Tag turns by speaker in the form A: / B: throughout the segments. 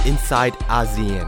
A: inside ASEAN.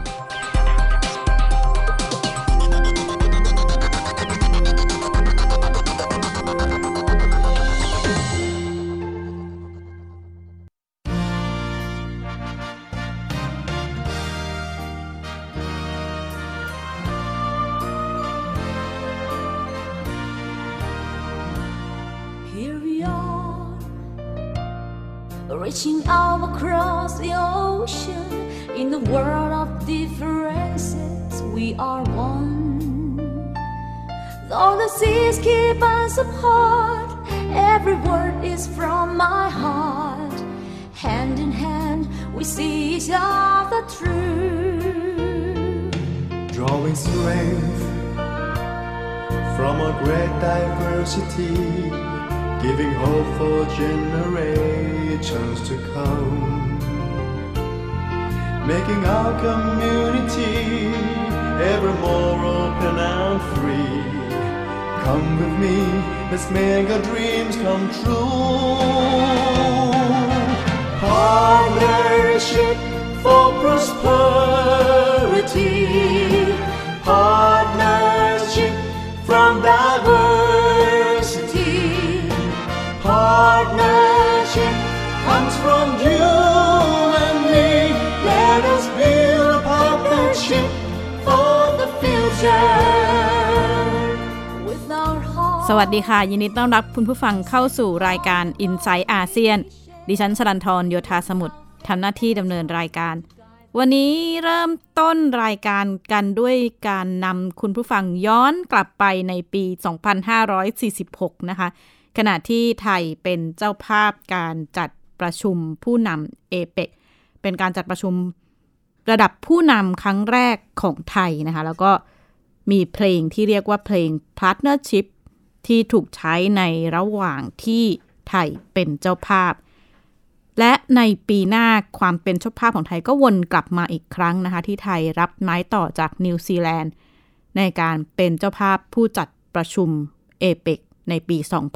B: Reaching out across the ocean, in the world of differences, we are one. Though the seas keep us apart, every word is from my heart. Hand in hand, we see each other through.
C: Drawing strength from a great diversity.Giving hope for generations to come, making our community ever more open and free. Come with me, let's make our dreams come true. Partnership for prosperity, partnership from diversity.Partnership comes from you and me. Let us build a partnership for the future. With our heart
D: สวัสดีค่ะยินดีต้อนรับคุณผู้ฟังเข้าสู่รายการ Inside ASEAN ดิฉันชลันธรโยธาสมุทรทำหน้าที่ดำเนินรายการวันนี้เริ่มต้นรายการกันด้วยการนำคุณผู้ฟังย้อนกลับไปในปี 2546 นะคะขณะที่ไทยเป็นเจ้าภาพการจัดประชุมผู้นำ APEC เป็นการจัดประชุมระดับผู้นำครั้งแรกของไทยนะคะแล้วก็มีเพลงที่เรียกว่าเพลง Partnership ที่ถูกใช้ในระหว่างที่ไทยเป็นเจ้าภาพและในปีหน้าความเป็นเจ้าภาพของไทยก็วนกลับมาอีกครั้งนะคะที่ไทยรับไม้ต่อจากนิวซีแลนด์ในการเป็นเจ้าภาพผู้จัดประชุม APECในปี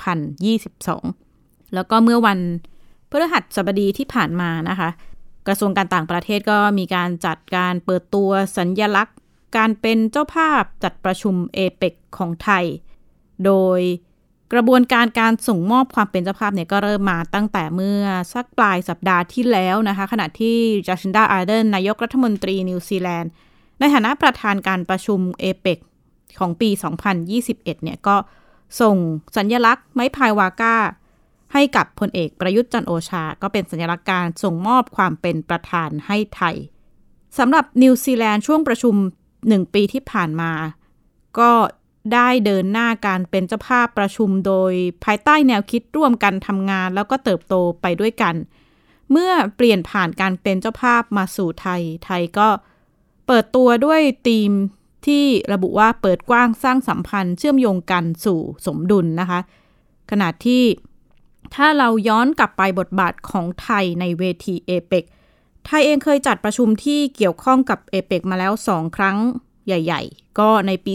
D: 2022 แล้วก็เมื่อวันพฤหัสบดีที่ผ่านมานะคะกระทรวงการต่างประเทศก็มีการจัดการเปิดตัวสัญลักษณ์การเป็นเจ้าภาพจัดประชุม APEC ของไทยโดยกระบวนการส่งมอบความเป็นเจ้าภาพเนี่ยก็เริ่มมาตั้งแต่เมื่อสักปลายสัปดาห์ที่แล้วนะคะขณะที่จัสินดา อาร์เดนนายกรัฐมนตรีนิวซีแลนด์ในฐานะประธานการประชุม APEC ของปี 2021 เนี่ยก็ส่งสัญลักษณ์ไม้พายวาก้าให้กับพลเอกประยุทธ์จันทร์โอชาก็เป็นสัญลักษณ์การส่งมอบความเป็นประธานให้ไทยสำหรับนิวซีแลนด์ช่วงประชุม1ปีที่ผ่านมาก็ได้เดินหน้าการเป็นเจ้าภาพประชุมโดยภายใต้แนวคิดร่วมกันทำงานแล้วก็เติบโตไปด้วยกันเมื่อเปลี่ยนผ่านการเป็นเจ้าภาพมาสู่ไทยก็เปิดตัวด้วยธีมที่ระบุว่าเปิดกว้างสร้างสัมพันธ์เชื่อมโยงกันสู่สมดุลนะคะขณะที่ถ้าเราย้อนกลับไปบทบาทของไทยในเวที APEC ไทยเองเคยจัดประชุมที่เกี่ยวข้องกับ APEC มาแล้ว2ครั้งใหญ่ๆก็ในปี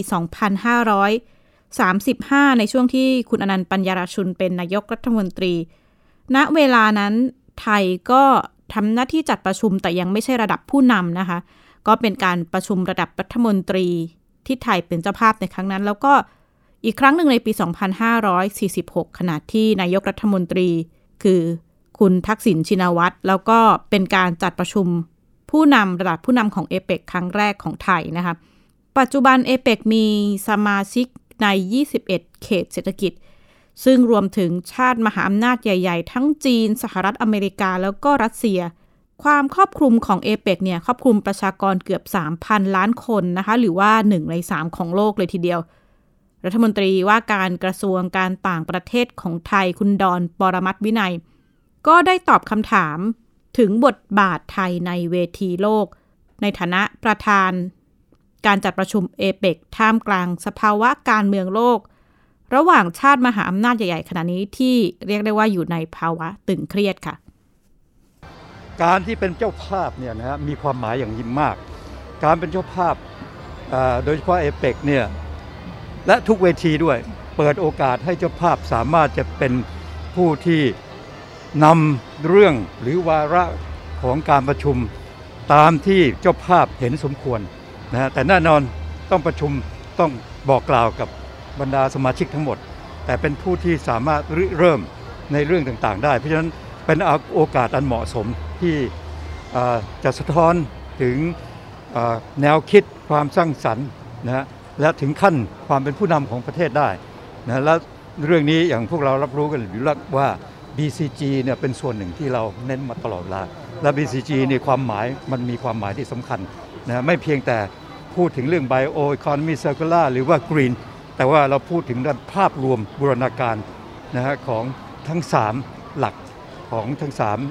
D: 2535 ในช่วงที่คุณอนันต์ปัญญารชุนเป็นนายกรัฐมนตรีณเวลานั้นไทยก็ทำหน้าที่จัดประชุมแต่ยังไม่ใช่ระดับผู้นำนะคะก็เป็นการประชุมระดับรัฐมนตรีที่ไทยเป็นเจ้าภาพในครั้งนั้นแล้วก็อีกครั้งหนึ่งในปี 2546 ขณะที่นายกรัฐมนตรีคือคุณทักษิณชินวัตรแล้วก็เป็นการจัดประชุมผู้นำระดับผู้นำของ APEC ครั้งแรกของไทยนะคะปัจจุบัน APEC มีสมาชิกใน21เขตเศรษฐกิจซึ่งรวมถึงชาติมหาอำนาจใหญ่ๆทั้งจีนสหรัฐอเมริกาแล้วก็รัสเซียความครอบคลุมของ APEC เนี่ยครอบคลุมประชากรเกือบ 3,000 ล้านคนนะคะหรือว่า1ใน3ของโลกเลยทีเดียวรัฐมนตรีว่าการกระทรวงการต่างประเทศของไทยคุณดอนปรมัตถ์วินัยก็ได้ตอบคำถามถึงบทบาทไทยในเวทีโลกในฐานะประธานการจัดประชุม APEC ท่ามกลางสภาวะการเมืองโลกระหว่างชาติมหาอำนาจใหญ่ๆขณะนี้ที่เรียกได้ว่าอยู่ในภาวะตึงเครียดค่ะ
E: การที่เป็นเจ้าภาพเนี่ยนะมีความหมายอย่างยิ่งมากการเป็นเจ้าภาพโดยเฉพาะ APEC เนี่ยและทุกเวทีด้วยเปิดโอกาสให้เจ้าภาพสามารถจะเป็นผู้ที่นำเรื่องหรือวาระของการประชุมตามที่เจ้าภาพเห็นสมควรนะฮะแต่แน่นอนต้องประชุมต้องบอกกล่าวกับบรรดาสมาชิกทั้งหมดแต่เป็นผู้ที่สามารถเริ่มในเรื่องต่างๆได้เพราะฉะนั้นเป็นโอกาสอันเหมาะสมที่จะสะท้อนถึงแนวคิดความสร้างสรรค์นะฮะและถึงขั้นความเป็นผู้นำของประเทศได้นะและเรื่องนี้อย่างพวกเรารับรู้กันอยู่แล้วว่า BCG เนี่ยเป็นส่วนหนึ่งที่เราเน้นมาตลอดเวลาและ BCG นี่ความหมายมันมีความหมายที่สำคัญนะไม่เพียงแต่พูดถึงเรื่อง Bio Economy Circular หรือว่า Green แต่ว่าเราพูดถึงด้านภาพรวมบูรณาการนะฮะของทั้ง3หลักของทั้ง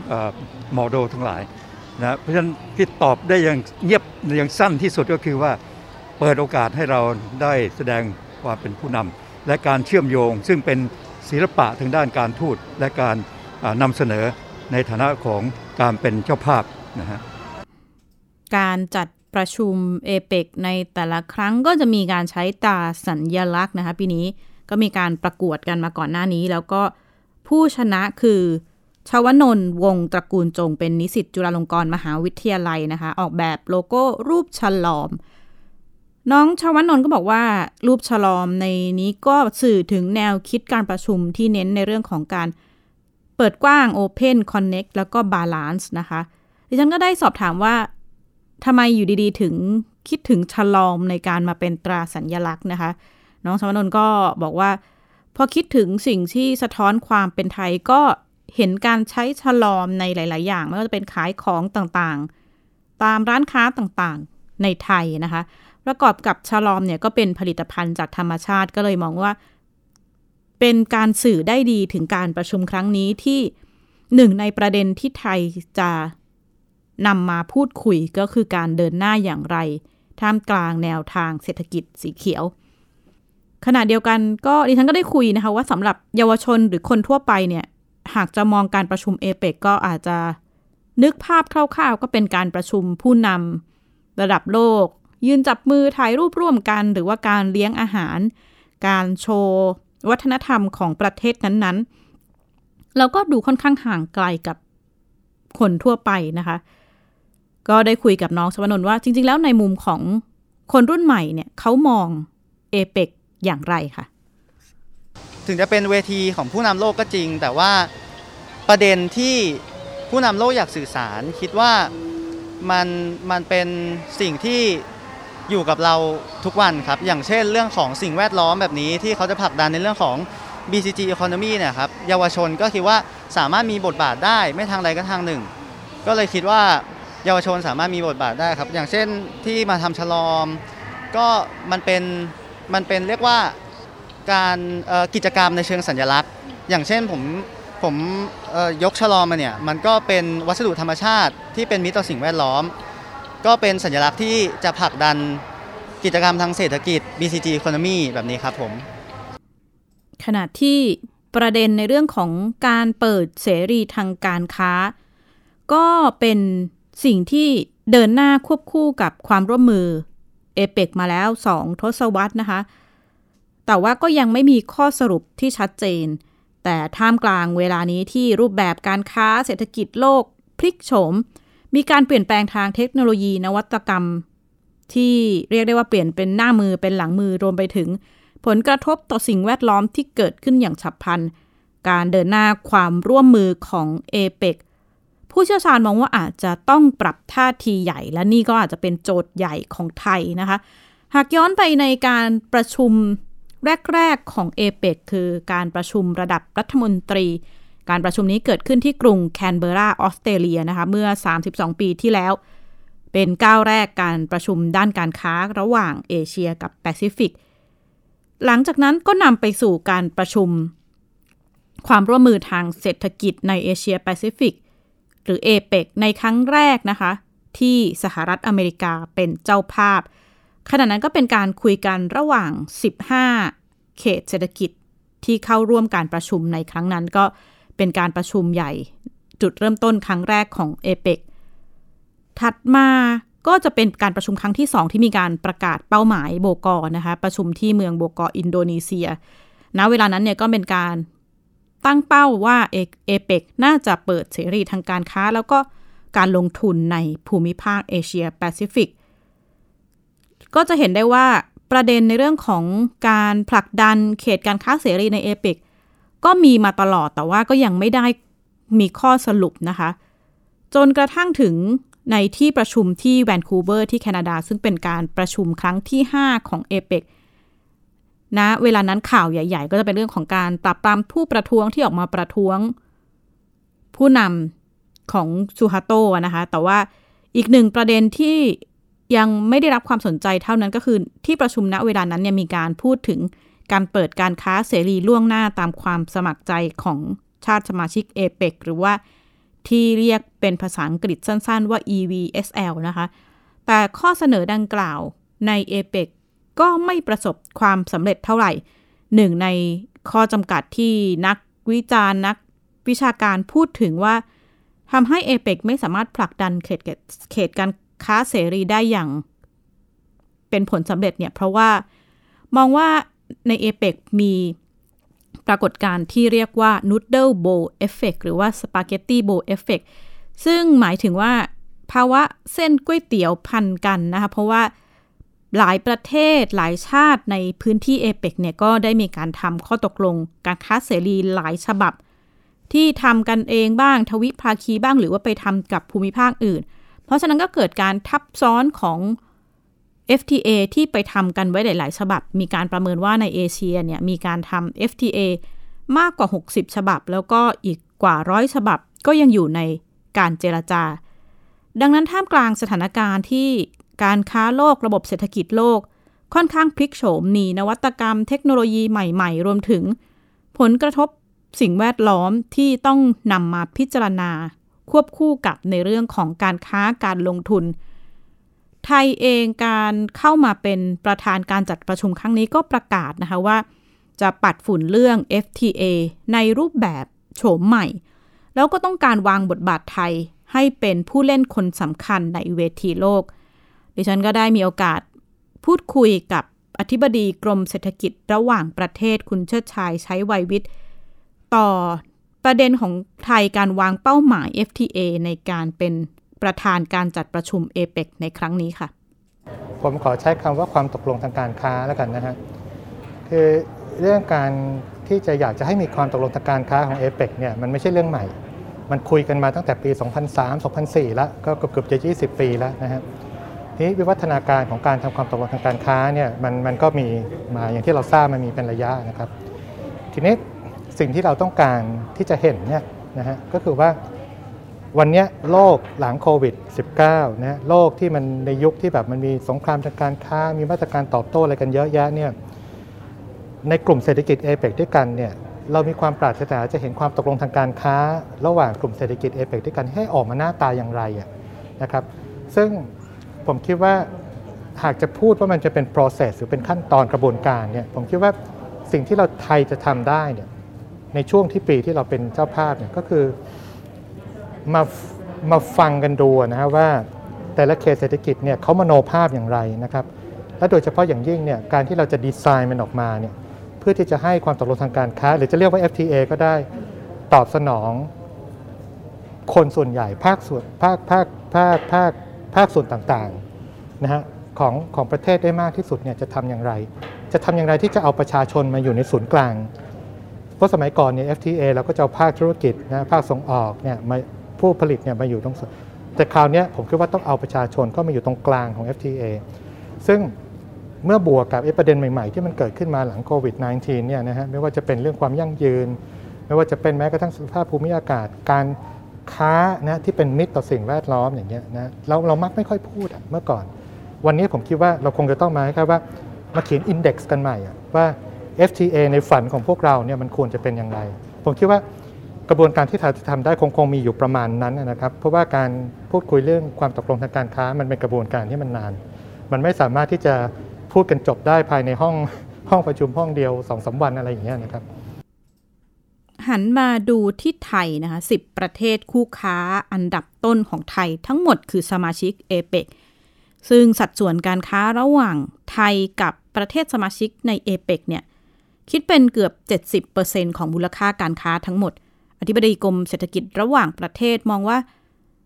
E: 3โมเดลทั้งหลายนะเพราะฉะนั้นที่ตอบได้อย่างเงียบอย่างสั้นที่สุดก็คือว่าเปิดโอกาสให้เราได้แสดงความเป็นผู้นำและการเชื่อมโยงซึ่งเป็นศิลปะทางด้านการทูตและการนำเสนอในฐานะของการเป็นเจ้าภาพนะฮะ
D: การจัดประชุมเอเปกในแต่ละครั้งก็จะมีการใช้ตราสัญลักษณ์นะคะปีนี้ก็มีการประกวดกันมาก่อนหน้านี้แล้วก็ผู้ชนะคือชวนนท์วงศ์ตระกูลจงเป็นนิสิตจุฬาลงกรณ์มหาวิทยาลัยนะคะออกแบบโลโก้รูปฉลอมน้องชวนนท์ก็บอกว่ารูปฉลอมในนี้ก็สื่อถึงแนวคิดการประชุมที่เน้นในเรื่องของการเปิดกว้าง Open Connect แล้วก็ Balance นะคะดิฉันก็ได้สอบถามว่าทำไมอยู่ดีๆถึงคิดถึงฉลอมในการมาเป็นตราสัญลักษณ์นะคะน้องชวนนท์ก็บอกว่าพอคิดถึงสิ่งที่สะท้อนความเป็นไทยก็เห็นการใช้ฉลอมในหลายๆอย่างไม่ว่าจะเป็นขายของต่างๆตามร้านค้าต่างๆในไทยนะคะประกอบกับฉลอมเนี่ยก็เป็นผลิตภัณฑ์จากธรรมชาติก็เลยมองว่าเป็นการสื่อได้ดีถึงการประชุมครั้งนี้ที่หนึ่งในประเด็นที่ไทยจะนำมาพูดคุยก็คือการเดินหน้าอย่างไรท่ามกลางแนวทางเศรษฐกิจสีเขียวขณะเดียวกันก็ดิฉันก็ได้คุยนะคะว่าสำหรับเยาวชนหรือคนทั่วไปเนี่ยหากจะมองการประชุมเอเปกก็อาจจะนึกภาพคร่าวๆก็เป็นการประชุมผู้นำระดับโลกยืนจับมือถ่ายรูปร่วมกันหรือว่าการเลี้ยงอาหารการโชว์วัฒนธรรมของประเทศนั้นๆแล้วก็ดูค่อนข้างห่างไกลกับคนทั่วไปนะคะก็ได้คุยกับน้องชวนนท์ว่าจริงๆแล้วในมุมของคนรุ่นใหม่เนี่ยเขามองเอเปกอย่างไรคะ
A: ถึงจะเป็นเวทีของผู้นำโลกก็จริงแต่ว่าประเด็นที่ผู้นำโลกอยากสื่อสารคิดว่ามันเป็นสิ่งที่อยู่กับเราทุกวันครับอย่างเช่นเรื่องของสิ่งแวดล้อมแบบนี้ที่เขาจะผลักดันในเรื่องของ BCG Economy เนี่ยครับเยาวชนก็คิดว่าสามารถมีบทบาทได้ไม่ทางใดก็ทางหนึ่งก็เลยคิดว่าเยาวชนสามารถมีบทบาทได้ครับอย่างเช่นที่มาทำฉลอมก็มันเป็นเรียกว่าการกิจกรรมในเชิงสัญลักษณ์อย่างเช่นผมยกฉลอมมาเนี่ยมันก็เป็นวัสดุธรรมชาติที่เป็นมิตรต่อสิ่งแวดล้อมก็เป็นสัญลักษณ์ที่จะผลักดันกิจกรรมทางเศรษฐกิจ BCG Economy แบบนี้ครับผม
D: ขณะที่ประเด็นในเรื่องของการเปิดเสรีทางการค้าก็เป็นสิ่งที่เดินหน้าควบคู่กับความร่วมมือเอเปกมาแล้ว2 ทศวรรษนะคะแต่ว่าก็ยังไม่มีข้อสรุปที่ชัดเจนแต่ท่ามกลางเวลานี้ที่รูปแบบการค้าเศรษฐกิจโลกพลิกโฉมมีการเปลี่ยนแปลงทางเทคโนโลยีนวัตกรรมที่เรียกได้ว่าเปลี่ยนเป็นหน้ามือเป็นหลังมือรวมไปถึงผลกระทบต่อสิ่งแวดล้อมที่เกิดขึ้นอย่างฉับพลันการเดินหน้าความร่วมมือของเอเปกผู้เชี่ยวชาญมองว่าอาจจะต้องปรับท่าทีใหญ่และนี่ก็อาจจะเป็นโจทย์ใหญ่ของไทยนะคะหากย้อนไปในการประชุมแรกๆของเอเปกคือการประชุมระดับรัฐมนตรีการประชุมนี้เกิดขึ้นที่กรุงแคนเบอร์ราออสเตรเลียนะคะเมื่อ32ปีที่แล้วเป็นก้าวแรกการประชุมด้านการค้าระหว่างเอเชียกับแปซิฟิกหลังจากนั้นก็นำไปสู่การประชุมความร่วมมือทางเศรษฐกิจในเอเชียแปซิฟิกหรือเอเปกในครั้งแรกนะคะที่สหรัฐอเมริกาเป็นเจ้าภาพขณะนั้นก็เป็นการคุยกันระหว่าง15เขตเศรษฐกิจที่เข้าร่วมการประชุมในครั้งนั้นก็เป็นการประชุมใหญ่จุดเริ่มต้นครั้งแรกของเอเปกถัดมาก็จะเป็นการประชุมครั้งที่2ที่มีการประกาศเป้าหมายโบกอนะคะประชุมที่เมืองโบกออินโดนีเซียณเวลานั้นเนี่ยก็เป็นการตั้งเป้าว่าเอเปกน่าจะเปิดเสรีทางการค้าแล้วก็การลงทุนในภูมิภาคเอเชียแปซิฟิกก็จะเห็นได้ว่าประเด็นในเรื่องของการผลักดันเขตการค้าเสรีในเอเปกก็มีมาตลอดแต่ว่าก็ยังไม่ได้มีข้อสรุปนะคะจนกระทั่งถึงในที่ประชุมที่แวนคูเวอร์ที่แคนาดาซึ่งเป็นการประชุมครั้งที่5ของเอเปกนะเวลานั้นข่าวใหญ่ๆก็จะเป็นเรื่องของการปราบปรามผู้ประท้วงที่ออกมาประท้วงผู้นำของซูฮาโตะนะคะแต่ว่าอีกหนึ่งประเด็นที่ยังไม่ได้รับความสนใจเท่านั้นก็คือที่ประชุมณเวลานั้นเนี่ยมีการพูดถึงการเปิดการค้าเสรีล่วงหน้าตามความสมัครใจของชาติสมาชิกเอเปกหรือว่าที่เรียกเป็นภาษาอังกฤษสั้นๆว่า EVSL นะคะแต่ข้อเสนอดังกล่าวในเอเปกก็ไม่ประสบความสำเร็จเท่าไหร่หนึ่งในข้อจำกัดที่นักวิจารณ์นักวิชาการพูดถึงว่าทำให้เอเปกไม่สามารถผลักดันเขตการค้าเสรีได้อย่างเป็นผลสำเร็จเนี่ยเพราะว่ามองว่าในเอเปกมีปรากฏการณ์ที่เรียกว่า Noodle Bowl Effect หรือว่า Spaghetti Bowl Effect ซึ่งหมายถึงว่าภาวะเส้นก๋วยเตี๋ยวพันกันนะคะเพราะว่าหลายประเทศหลายชาติในพื้นที่เอเปกเนี่ยก็ได้มีการทำข้อตกลงการค้าเสรีหลายฉบับที่ทำกันเองบ้างทวิภาคีบ้างหรือว่าไปทำกับภูมิภาคอื่นเพราะฉะนั้นก็เกิดการทับซ้อนของ FTA ที่ไปทำกันไว้หลายๆฉบับมีการประเมินว่าในเอเชียเนี่ยมีการทำ FTA มากกว่า60ฉบับแล้วก็อีกกว่า100ฉบับก็ยังอยู่ในการเจรจาดังนั้นท่ามกลางสถานการณ์ที่การค้าโลกระบบเศรษฐกิจโลกค่อนข้างพลิกโฉมมีนวัตกรรมเทคโนโลยีใหม่ๆรวมถึงผลกระทบสิ่งแวดล้อมที่ต้องนำมาพิจารณาควบคู่กับในเรื่องของการค้าการลงทุนไทยเองการเข้ามาเป็นประธานการจัดประชุมครั้งนี้ก็ประกาศนะคะว่าจะปัดฝุ่นเรื่อง FTA ในรูปแบบโฉมใหม่แล้วก็ต้องการวางบทบาทไทยให้เป็นผู้เล่นคนสำคัญในเวทีโลกดิฉันก็ได้มีโอกาสพูดคุยกับอธิบดีกรมเศรษฐกิจระหว่างประเทศคุณเชิดชัยใช้วัยวิทย์ต่อประเด็นของไทยการวางเป้าหมาย FTA ในการเป็นประธานการจัดประชุมเอเปกในครั้งนี้ค่ะ
F: ผมขอใช้คำว่าความตกลงทางการค้าแล้วกันนะฮะคือเรื่องการที่จะอยากจะให้มีความตกลงทางการค้าของเอเปกเนี่ยมันไม่ใช่เรื่องใหม่มันคุยกันมาตั้งแต่ปี 2003-2004 แล้วก็เกือบจะ20 ปีแล้วนะฮะนี้วิวัฒนาการของการทำความตกลงทางการค้าเนี่ยมันก็มีมาอย่างที่เราทราบมันมีเป็นระยะนะครับทีนี้สิ่งที่เราต้องการที่จะเห็นเนี่ยนะฮะก็คือว่าวันนี้โลกหลังโควิด -19 นะโลกที่มันในยุคที่แบบมันมีสงครามทางการค้ามีมาตรการตอบโต้อะไรกันเยอะแยะเนี่ยในกลุ่มเศรษฐกิจเอเปกด้วยกันเนี่ยเรามีความปรารถนาจะเห็นความตกลงทางการค้าระหว่างกลุ่มเศรษฐกิจเอเปกด้วยกันให้ออกมาหน้าตาอย่างไรนะครับซึ่งผมคิดว่าหากจะพูดว่ามันจะเป็น process หรือเป็นขั้นตอนกระบวนการเนี่ยผมคิดว่าสิ่งที่เราไทยจะทำได้เนี่ยในช่วงที่ปีที่เราเป็นเจ้าภาพเนี่ยก็คือมาฟังกันดูนะฮะว่าแต่ละเขตเศรษฐกิจเนี่ยเขามโนภาพอย่างไรนะครับและโดยเฉพาะอย่างยิ่งเนี่ยการที่เราจะดีไซน์มันออกมาเนี่ยเพื่อที่จะให้ความตกลงทางการค้าหรือจะเรียกว่า FTA ก็ได้ตอบสนองคนส่วนใหญ่ภาคส่วนต่างๆนะฮะของประเทศได้มากที่สุดเนี่ยจะทำอย่างไรที่จะเอาประชาชนมาอยู่ในศูนย์กลางเพราะสมัยก่อนเนี่ย FTA เราก็จะเอาภาคธุรกิจนะภาคส่งออกเนี่ยมาผู้ผลิตเนี่ยมาอยู่ตรงแต่คราวนี้ผมคิดว่าต้องเอาประชาชนเข้ามาอยู่ตรงกลางของ FTA ซึ่งเมื่อบวกกับประเด็นใหม่ๆที่มันเกิดขึ้นมาหลังโควิด -19 เนี่ยนะฮะไม่ว่าจะเป็นเรื่องความยั่งยืนไม่ว่าจะเป็นแม้กระทั่งสภาพภูมิอากาศการค้านะที่เป็นมิตรต่อสิ่งแวดล้อมอย่างเงี้ยนะเรามักไม่ค่อยพูดเมื่อก่อนวันนี้ผมคิดว่าเราคงจะต้องมาแค่ว่ามาเขียนอินเด็กซ์กันใหม่ว่า FTA ในฝันของพวกเราเนี่ยมันควรจะเป็นอย่างไรผมคิดว่ากระบวนการที่เราจะทำได้คงมีอยู่ประมาณนั้นนะครับเพราะว่าการพูดคุยเรื่องความตกลงทางการค้ามันเป็นกระบวนการที่มันนานมันไม่สามารถที่จะพูดกันจบได้ภายในห้องประชุมห้องเดียว 2-3 วันอะไรอย่างเงี้ยนะครับ
D: หันมาดูที่ไทยนะคะ10ประเทศคู่ค้าอันดับต้นของไทยทั้งหมดคือสมาชิกเอเปกซึ่งสัดส่วนการค้าระหว่างไทยกับประเทศสมาชิกในเอเปกเนี่ยคิดเป็นเกือบ 70% ของมูลค่าการค้าทั้งหมดอธิบดีกรมเศรษฐกิจระหว่างประเทศมองว่า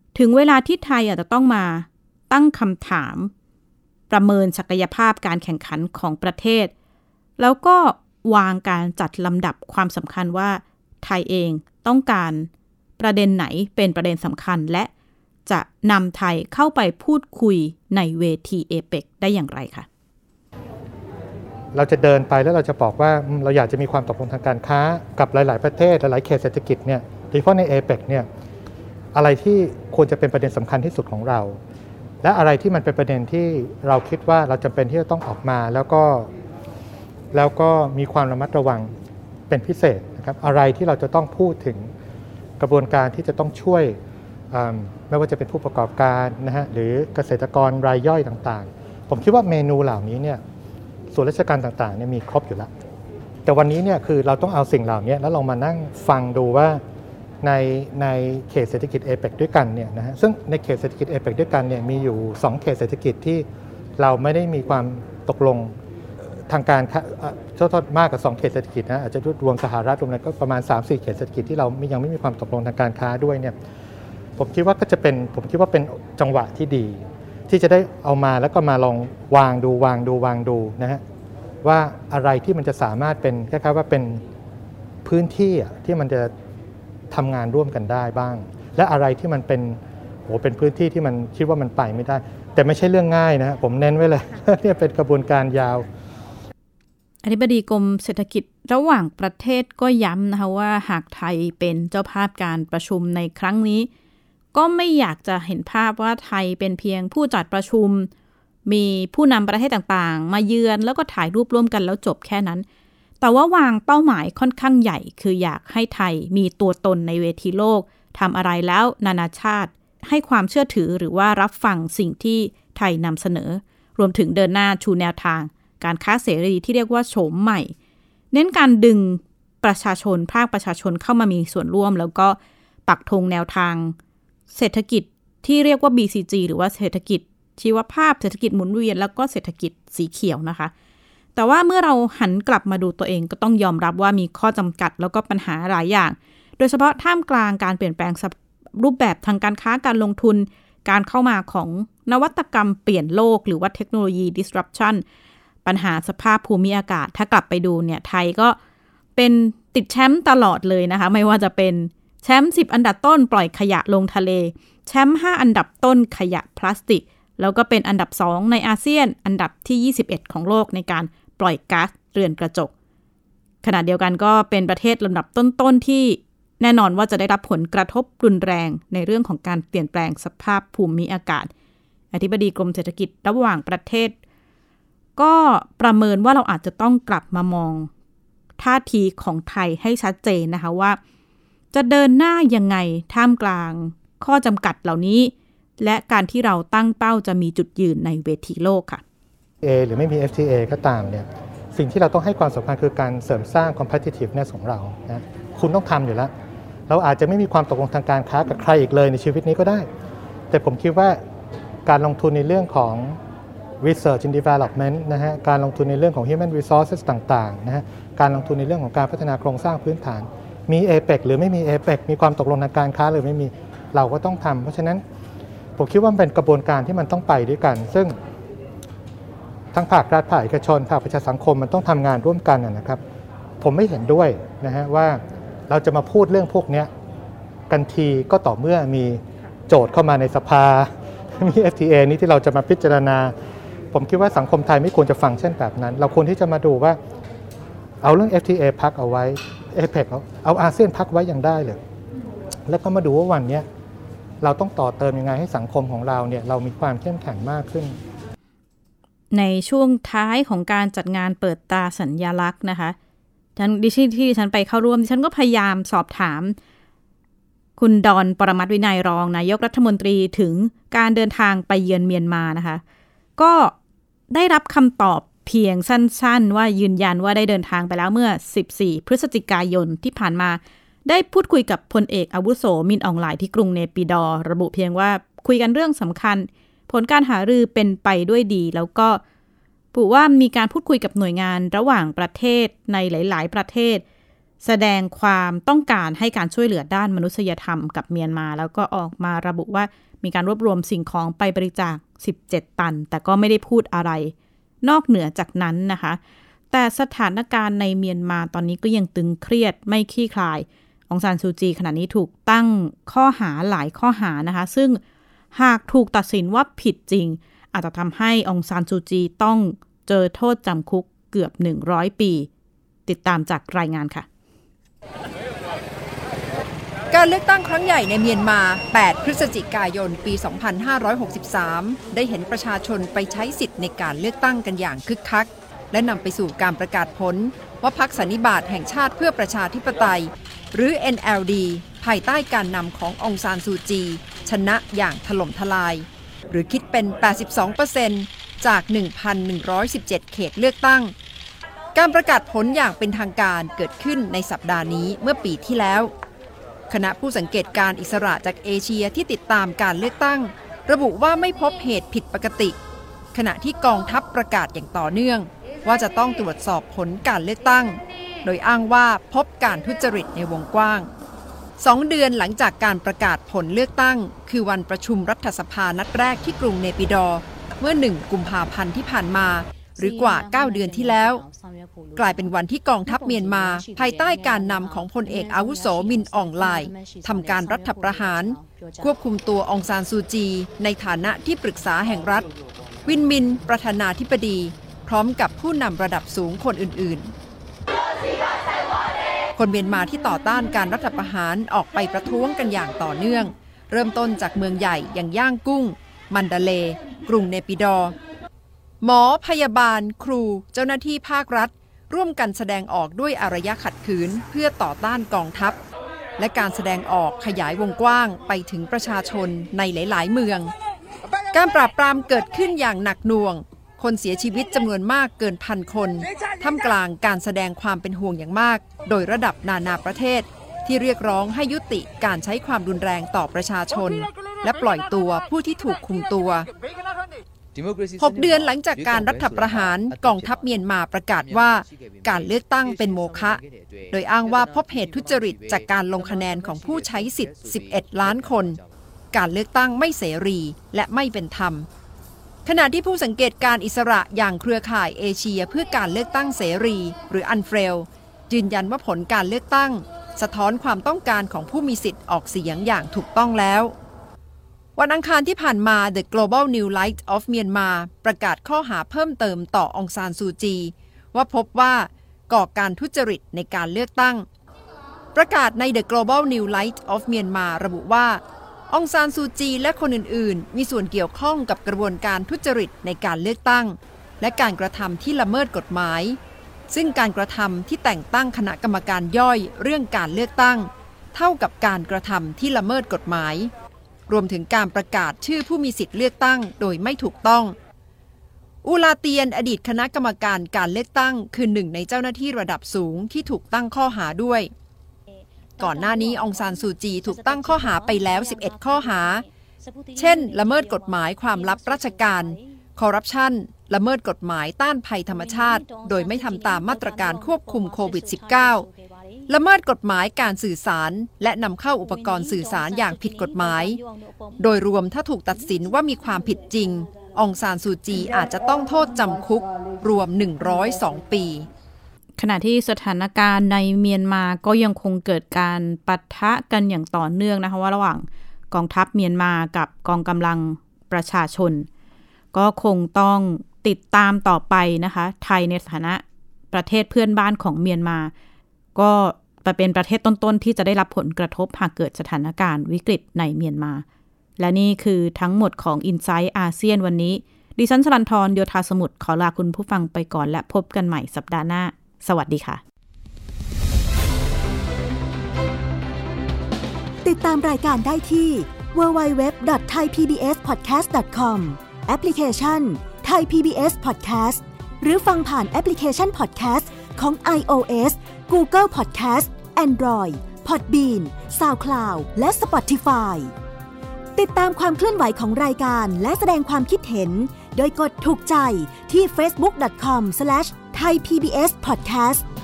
D: ถึงเวลาที่ไทยอาจจะต้องมาตั้งคำถามประเมินศักยภาพการแข่งขันของประเทศแล้วก็วางการจัดลำดับความสำคัญว่าไทยเองต้องการประเด็นไหนเป็นประเด็นสำคัญและจะนำไทยเข้าไปพูดคุยในเวทีเอเปกได้อย่างไรคะ
F: เราจะเดินไปแล้วเราจะบอกว่าเราอยากจะมีความตกลงทางการค้ากับหลายๆประเทศหลายๆเขตเศรษฐกิจเนี่ยโดยเฉพาะในเอเปกเนี่ยอะไรที่ควรจะเป็นประเด็นสำคัญที่สุดของเราและอะไรที่มันเป็นประเด็นที่เราคิดว่าเราจำเป็นที่จะต้องออกมาแล้วก็มีความระมัดระวังเป็นพิเศษนะครับอะไรที่เราจะต้องพูดถึงกระบวนการที่จะต้องช่วยไม่ว่าจะเป็นผู้ประกอบการนะฮะหรือเกษตรกรรายย่อยต่างๆผมคิดว่าเมนูเหล่านี้เนี่ยส่วนราชการต่างๆเนี่ยมีครบอยู่แล้วแต่วันนี้เนี่ยคือเราต้องเอาสิ่งเหล่านี้แล้วลองมานั่งฟังดูว่าในเขตเศรษฐกิจเอเปกด้วยกันเนี่ยนะฮะซึ่งในเขตเศรษฐกิจเอเปกด้วยกันเนี่ยมีอยู่2เขตเศรษฐกิจที่เราไม่ได้มีความตกลงทางการมากกว่า2เขตเศรษฐกิจนะอาจจะรวมสหรัฐรวมอะไรก็ประมาณ 3-4 เขตเศรษฐกิจที่เรายังไม่มีความตกลงทางการค้าด้วยเนี่ยผมคิดว่าเป็นจังหวะที่ดีที่จะได้เอามาแล้วก็มาลองวางดูนะฮะว่าอะไรที่มันจะสามารถเป็นคล้ายๆว่าเป็นพื้นที่ที่มันจะทำงานร่วมกันได้บ้างและอะไรที่มันเป็นพื้นที่ที่มันคิดว่ามันไปไม่ได้แต่ไม่ใช่เรื่องง่ายนะผมเน้นไว้เลย เนี่ยเป็นกระบวนการยาว
D: อธิบดีกรมเศรษฐกิจระหว่างประเทศก็ย้ำนะคะว่าหากไทยเป็นเจ้าภาพการประชุมในครั้งนี้ก็ไม่อยากจะเห็นภาพว่าไทยเป็นเพียงผู้จัดประชุมมีผู้นำประเทศต่างๆมาเยือนแล้วก็ถ่ายรูปร่วมกันแล้วจบแค่นั้นแต่ว่าวางเป้าหมายค่อนข้างใหญ่คืออยากให้ไทยมีตัวตนในเวทีโลกทำอะไรแล้วนานาชาติให้ความเชื่อถือหรือว่ารับฟังสิ่งที่ไทยนำเสนอรวมถึงเดินหน้าชูแนวทางการค้าเสรีที่เรียกว่าโฉมใหม่เน้นการดึงประชาชนภาคประชาชนเข้ามามีส่วนร่วมแล้วก็ปักธงแนวทางเศรษฐกิจที่เรียกว่า BCG หรือว่าเศรษฐกิจชีวภาพเศรษฐกิจหมุนเวียนแล้วก็เศรษฐกิจสีเขียวนะคะแต่ว่าเมื่อเราหันกลับมาดูตัวเองก็ต้องยอมรับว่ามีข้อจำกัดแล้วก็ปัญหาหลายอย่างโดยเฉพาะท่ามกลางการเปลี่ยนแปลงรูปแบบทางการค้าการลงทุนการเข้ามาของนวัตกรรมเปลี่ยนโลกหรือว่าเทคโนโลยี disruption ปัญหาสภาพภูมิอากาศถ้ากลับไปดูเนี่ยไทยก็เป็นติดแชมป์ตลอดเลยนะคะไม่ว่าจะเป็นแชมป์10อันดับต้นปล่อยขยะลงทะเลแชมป์5อันดับต้นขยะพลาสติกแล้วก็เป็นอันดับ2ในอาเซียนอันดับที่21ของโลกในการปล่อยก๊าซเรือนกระจกขณะเดียวกันก็เป็นประเทศลำดับต้นๆที่แน่นอนว่าจะได้รับผลกระทบรุนแรงในเรื่องของการเปลี่ยนแปลงสภาพภูมิอากาศอธิบดีกรมเศรษฐกิจระหว่างประเทศก็ประเมินว่าเราอาจจะต้องกลับมามองท่าทีของไทยให้ชัดเจนนะคะว่าจะเดินหน้ายังไงท่ามกลางข้อจำกัดเหล่านี้และการที่เราตั้งเป้าจะมีจุดยืนในเวทีโลกค่ะ
F: หรือไม่มี FTA ก็ตามเนี่ยสิ่งที่เราต้องให้ความสำคัญคือการเสริมสร้าง competitiveness ของเรานะคุณต้องทำอยู่แล้วเราอาจจะไม่มีความตกลงทางการค้ากับใครอีกเลยในชีวิตนี้ก็ได้แต่ผมคิดว่าการลงทุนในเรื่องของ research and development นะฮะการลงทุนในเรื่องของ human resources ต่างๆนะฮะการลงทุนในเรื่องของการพัฒนาโครงสร้างพื้นฐานมี APEC หรือไม่มี APEC มีความตกลงทางการค้าหรือไม่มีเราก็ต้องทำเพราะฉะนั้นผมคิดว่ามันเป็นกระบวนการที่มันต้องไปด้วยกันซึ่งทั้งภาครัฐภาคเอกชนภาคประชาสังคมมันต้องทำงานร่วมกันนะครับผมไม่เห็นด้วยนะฮะว่าเราจะมาพูดเรื่องพวกนี้กันทีก็ต่อเมื่อมีโจทย์เข้ามาในสภามี FTA นี้ที่เราจะมาพิจารณาผมคิดว่าสังคมไทยไม่ควรจะฟังเช่นแบบนั้นเราควรที่จะมาดูว่าเอาเรื่อง FTA พักเอาไว้ APEC เอาอาเซียนพักไว้ยังได้เลยแล้วก็มาดูว่าวันนี้เราต้องต่อเติมยังไงให้สังคมของเราเนี่ยเรามีความเข้มแข็งมากขึ้น
D: ในช่วงท้ายของการจัดงานเปิดตราสัญลักษณ์นะคะที่ฉันไปเข้าร่วมดิฉันก็พยายามสอบถามคุณดอนปรมัตถ์วินัยรองนายกรัฐมนตรีถึงการเดินทางไปเยือนเมียนมานะคะก็ได้รับคำตอบเพียงสั้นๆว่ายืนยันว่าได้เดินทางไปแล้วเมื่อ14พฤศจิกายนที่ผ่านมาได้พูดคุยกับพลเอกอาวุโสมินอองหลายที่กรุงเนปิดอร์ระบุเพียงว่าคุยกันเรื่องสำคัญผลการหารือเป็นไปด้วยดีแล้วก็บอกว่ามีการพูดคุยกับหน่วยงานระหว่างประเทศในหลายๆประเทศแสดงความต้องการให้การช่วยเหลือด้านมนุษยธรรมกับเมียนมาแล้วก็ออกมาระบุว่ามีการรวบรวมสิ่งของไปบริจาค17 ตันแต่ก็ไม่ได้พูดอะไรนอกเหนือจากนั้นนะคะแต่สถานการณ์ในเมียนมาตอนนี้ก็ยังตึงเครียดไม่คลี่คลายองซานซูจีขณะนี้ถูกตั้งข้อหาหลายข้อหานะคะซึ่งหากถูกตัดสินว่าผิดจริงอาจจะทำให้องซานซูจีต้องเจอโทษจำคุกเกือบ100 ปีติดตามจากรายงานค่ะ
G: การเลือกตั้งครั้งใหญ่ในเมียนมา8 พฤศจิกายน ปี 2563 ได้เห็นประชาชนไปใช้สิทธิ์ในการเลือกตั้งกันอย่างคึกคักและนำไปสู่การประกาศผลว่าพรรคสันนิบาตแห่งชาติเพื่อประชาธิปไตยหรือ NLD ภายใต้การนำขององซานซูจีชนะอย่างถล่มทลายหรือคิดเป็น 82% จาก 1,117 เขตเลือกตั้งการประกาศผลอย่างเป็นทางการเกิดขึ้นในสัปดาห์นี้เมื่อปีที่แล้วคณะผู้สังเกตการอิสระจากเอเชียที่ติดตามการเลือกตั้งระบุว่าไม่พบเหตุผิดปกติขณะที่กองทัพประกาศอย่างต่อเนื่องว่าจะต้องตรวจสอบผลการเลือกตั้งโดยอ้างว่าพบการทุจริตในวงกว้าง2 เดือนหลังจากการประกาศผลเลือกตั้งคือวันประชุมรัฐสภานัดแรกที่กรุงเนปิดอร์เมื่อ1 กุมภาพันธ์ที่ผ่านมาหรือกว่า9 เดือนที่แล้วกลายเป็นวันที่กองทัพเมียนมาภายใต้การนำของพลเอกอาวุโสมินอองไลน์ทำการรัฐประหารควบคุมตัวองซานซูจีในฐานะที่ปรึกษาแห่งรัฐวินมินประธานาธิบดีพร้อมกับผู้นำระดับสูงคนอื่นๆคนเมียนมาที่ต่อต้านการรัฐประหารออกไปประท้วงกันอย่างต่อเนื่องเริ่มต้นจากเมืองใหญ่อย่างย่างกุ้งมันดาเลย์กรุงเนปิดอร์หมอพยาบาลครูเจ้าหน้าที่ภาครัฐร่วมกันแสดงออกด้วยอารยะขัดขืนเพื่อต่อต้านกองทัพและการแสดงออกขยายวงกว้างไปถึงประชาชนในหลายๆเมืองการปราบปรามเกิดขึ้นอย่างหนักหน่วงคนเสียชีวิตจำนวนมากเกิน1,000 คนท่ามกลางการแสดงความเป็นห่วงอย่างมากโดยระดับนานาประเทศที่เรียกร้องให้ยุติการใช้ความรุนแรงต่อประชาชนและปล่อยตัวผู้ที่ถูกคุมตัว6 เดือนหลังจากการรัฐประหารกองทัพเมียนมาประกาศว่าการเลือกตั้งเป็นโมฆะโดยอ้างว่าพบเหตุทุจริตจากการลงคะแนนของผู้ใช้สิทธิ์11 ล้านคนการเลือกตั้งไม่เสรีและไม่เป็นธรรมขณะที่ผู้สังเกตการอิสระอย่างเครือข่ายเอเชียเพื่อการเลือกตั้งเสรีหรืออันเฟรลยืนยันว่าผลการเลือกตั้งสะท้อนความต้องการของผู้มีสิทธิ์ออกเสียงอย่างถูกต้องแล้ววันอังคารที่ผ่านมา The Global New Light of Myanmar ประกาศข้อหาเพิ่มเติมต่อองซานซูจีว่าพบว่าก่อการทุจริตในการเลือกตั้งประกาศใน The Global New Light of Myanmar ระบุว่าองซานซูจีและคนอื่นๆมีส่วนเกี่ยวข้องกับกระบวนการทุจริตในการเลือกตั้งและการกระทำที่ละเมิดกฎหมายซึ่งการกระทำที่แต่งตั้งคณะกรรมการย่อยเรื่องการเลือกตั้งเท่ากับการกระทำที่ละเมิดกฎหมายรวมถึงการประกาศชื่อผู้มีสิทธิ์เลือกตั้งโดยไม่ถูกต้องอูลาเตียนอดีตคณะกรรมการการเลือกตั้งคือหนึ่งในเจ้าหน้าที่ระดับสูงที่ถูกตั้งข้อหาด้วยก่อนหน้านี้องซานซูจีถูกตั้งข้อหาไปแล้ว11 ข้อหาเช่นละเมิดกฎหมายความลับราชการคอร์รัปชันละเมิดกฎหมายต้านภัยธรรมชาติโดยไม่ทำตามมาตรการควบคุมโควิด -19 ละเมิดกฎหมายการสื่อสารและนำเข้าอุปกรณ์สื่อสารอย่างผิดกฎหมายโดยรวมถ้าถูกตัดสินว่ามีความผิดจริงองซานซูจีอาจจะต้องโทษจำคุกรวม102 ปี
D: ขณะที่สถานการณ์ในเมียนมาก็ยังคงเกิดการปะทะกันอย่างต่อเนื่องนะคะว่าระหว่างกองทัพเมียนมากับกองกำลังประชาชนก็คงต้องติดตามต่อไปนะคะไทยในฐานะประเทศเพื่อนบ้านของเมียนมาก็เป็นประเทศต้นๆที่จะได้รับผลกระทบหากเกิดสถานการณ์วิกฤตในเมียนมาและนี่คือทั้งหมดของ Insight อาเซียนวันนี้ดิฉันชลันทรโยธาสมุทรขอลาคุณผู้ฟังไปก่อนและพบกันใหม่สัปดาห์หน้าสวัสดีค่ะ
H: ติดตามรายการได้ที่ www.thaipbspodcast.com แอปพลิเคชัน Thai PBS Podcast หรือฟังผ่านแอปพลิเคชัน Podcast ของ iOS Google Podcast Android Podbean SoundCloud และ Spotify ติดตามความเคลื่อนไหวของรายการและแสดงความคิดเห็นโดยกดถูกใจที่ facebook.com/thaipbspodcast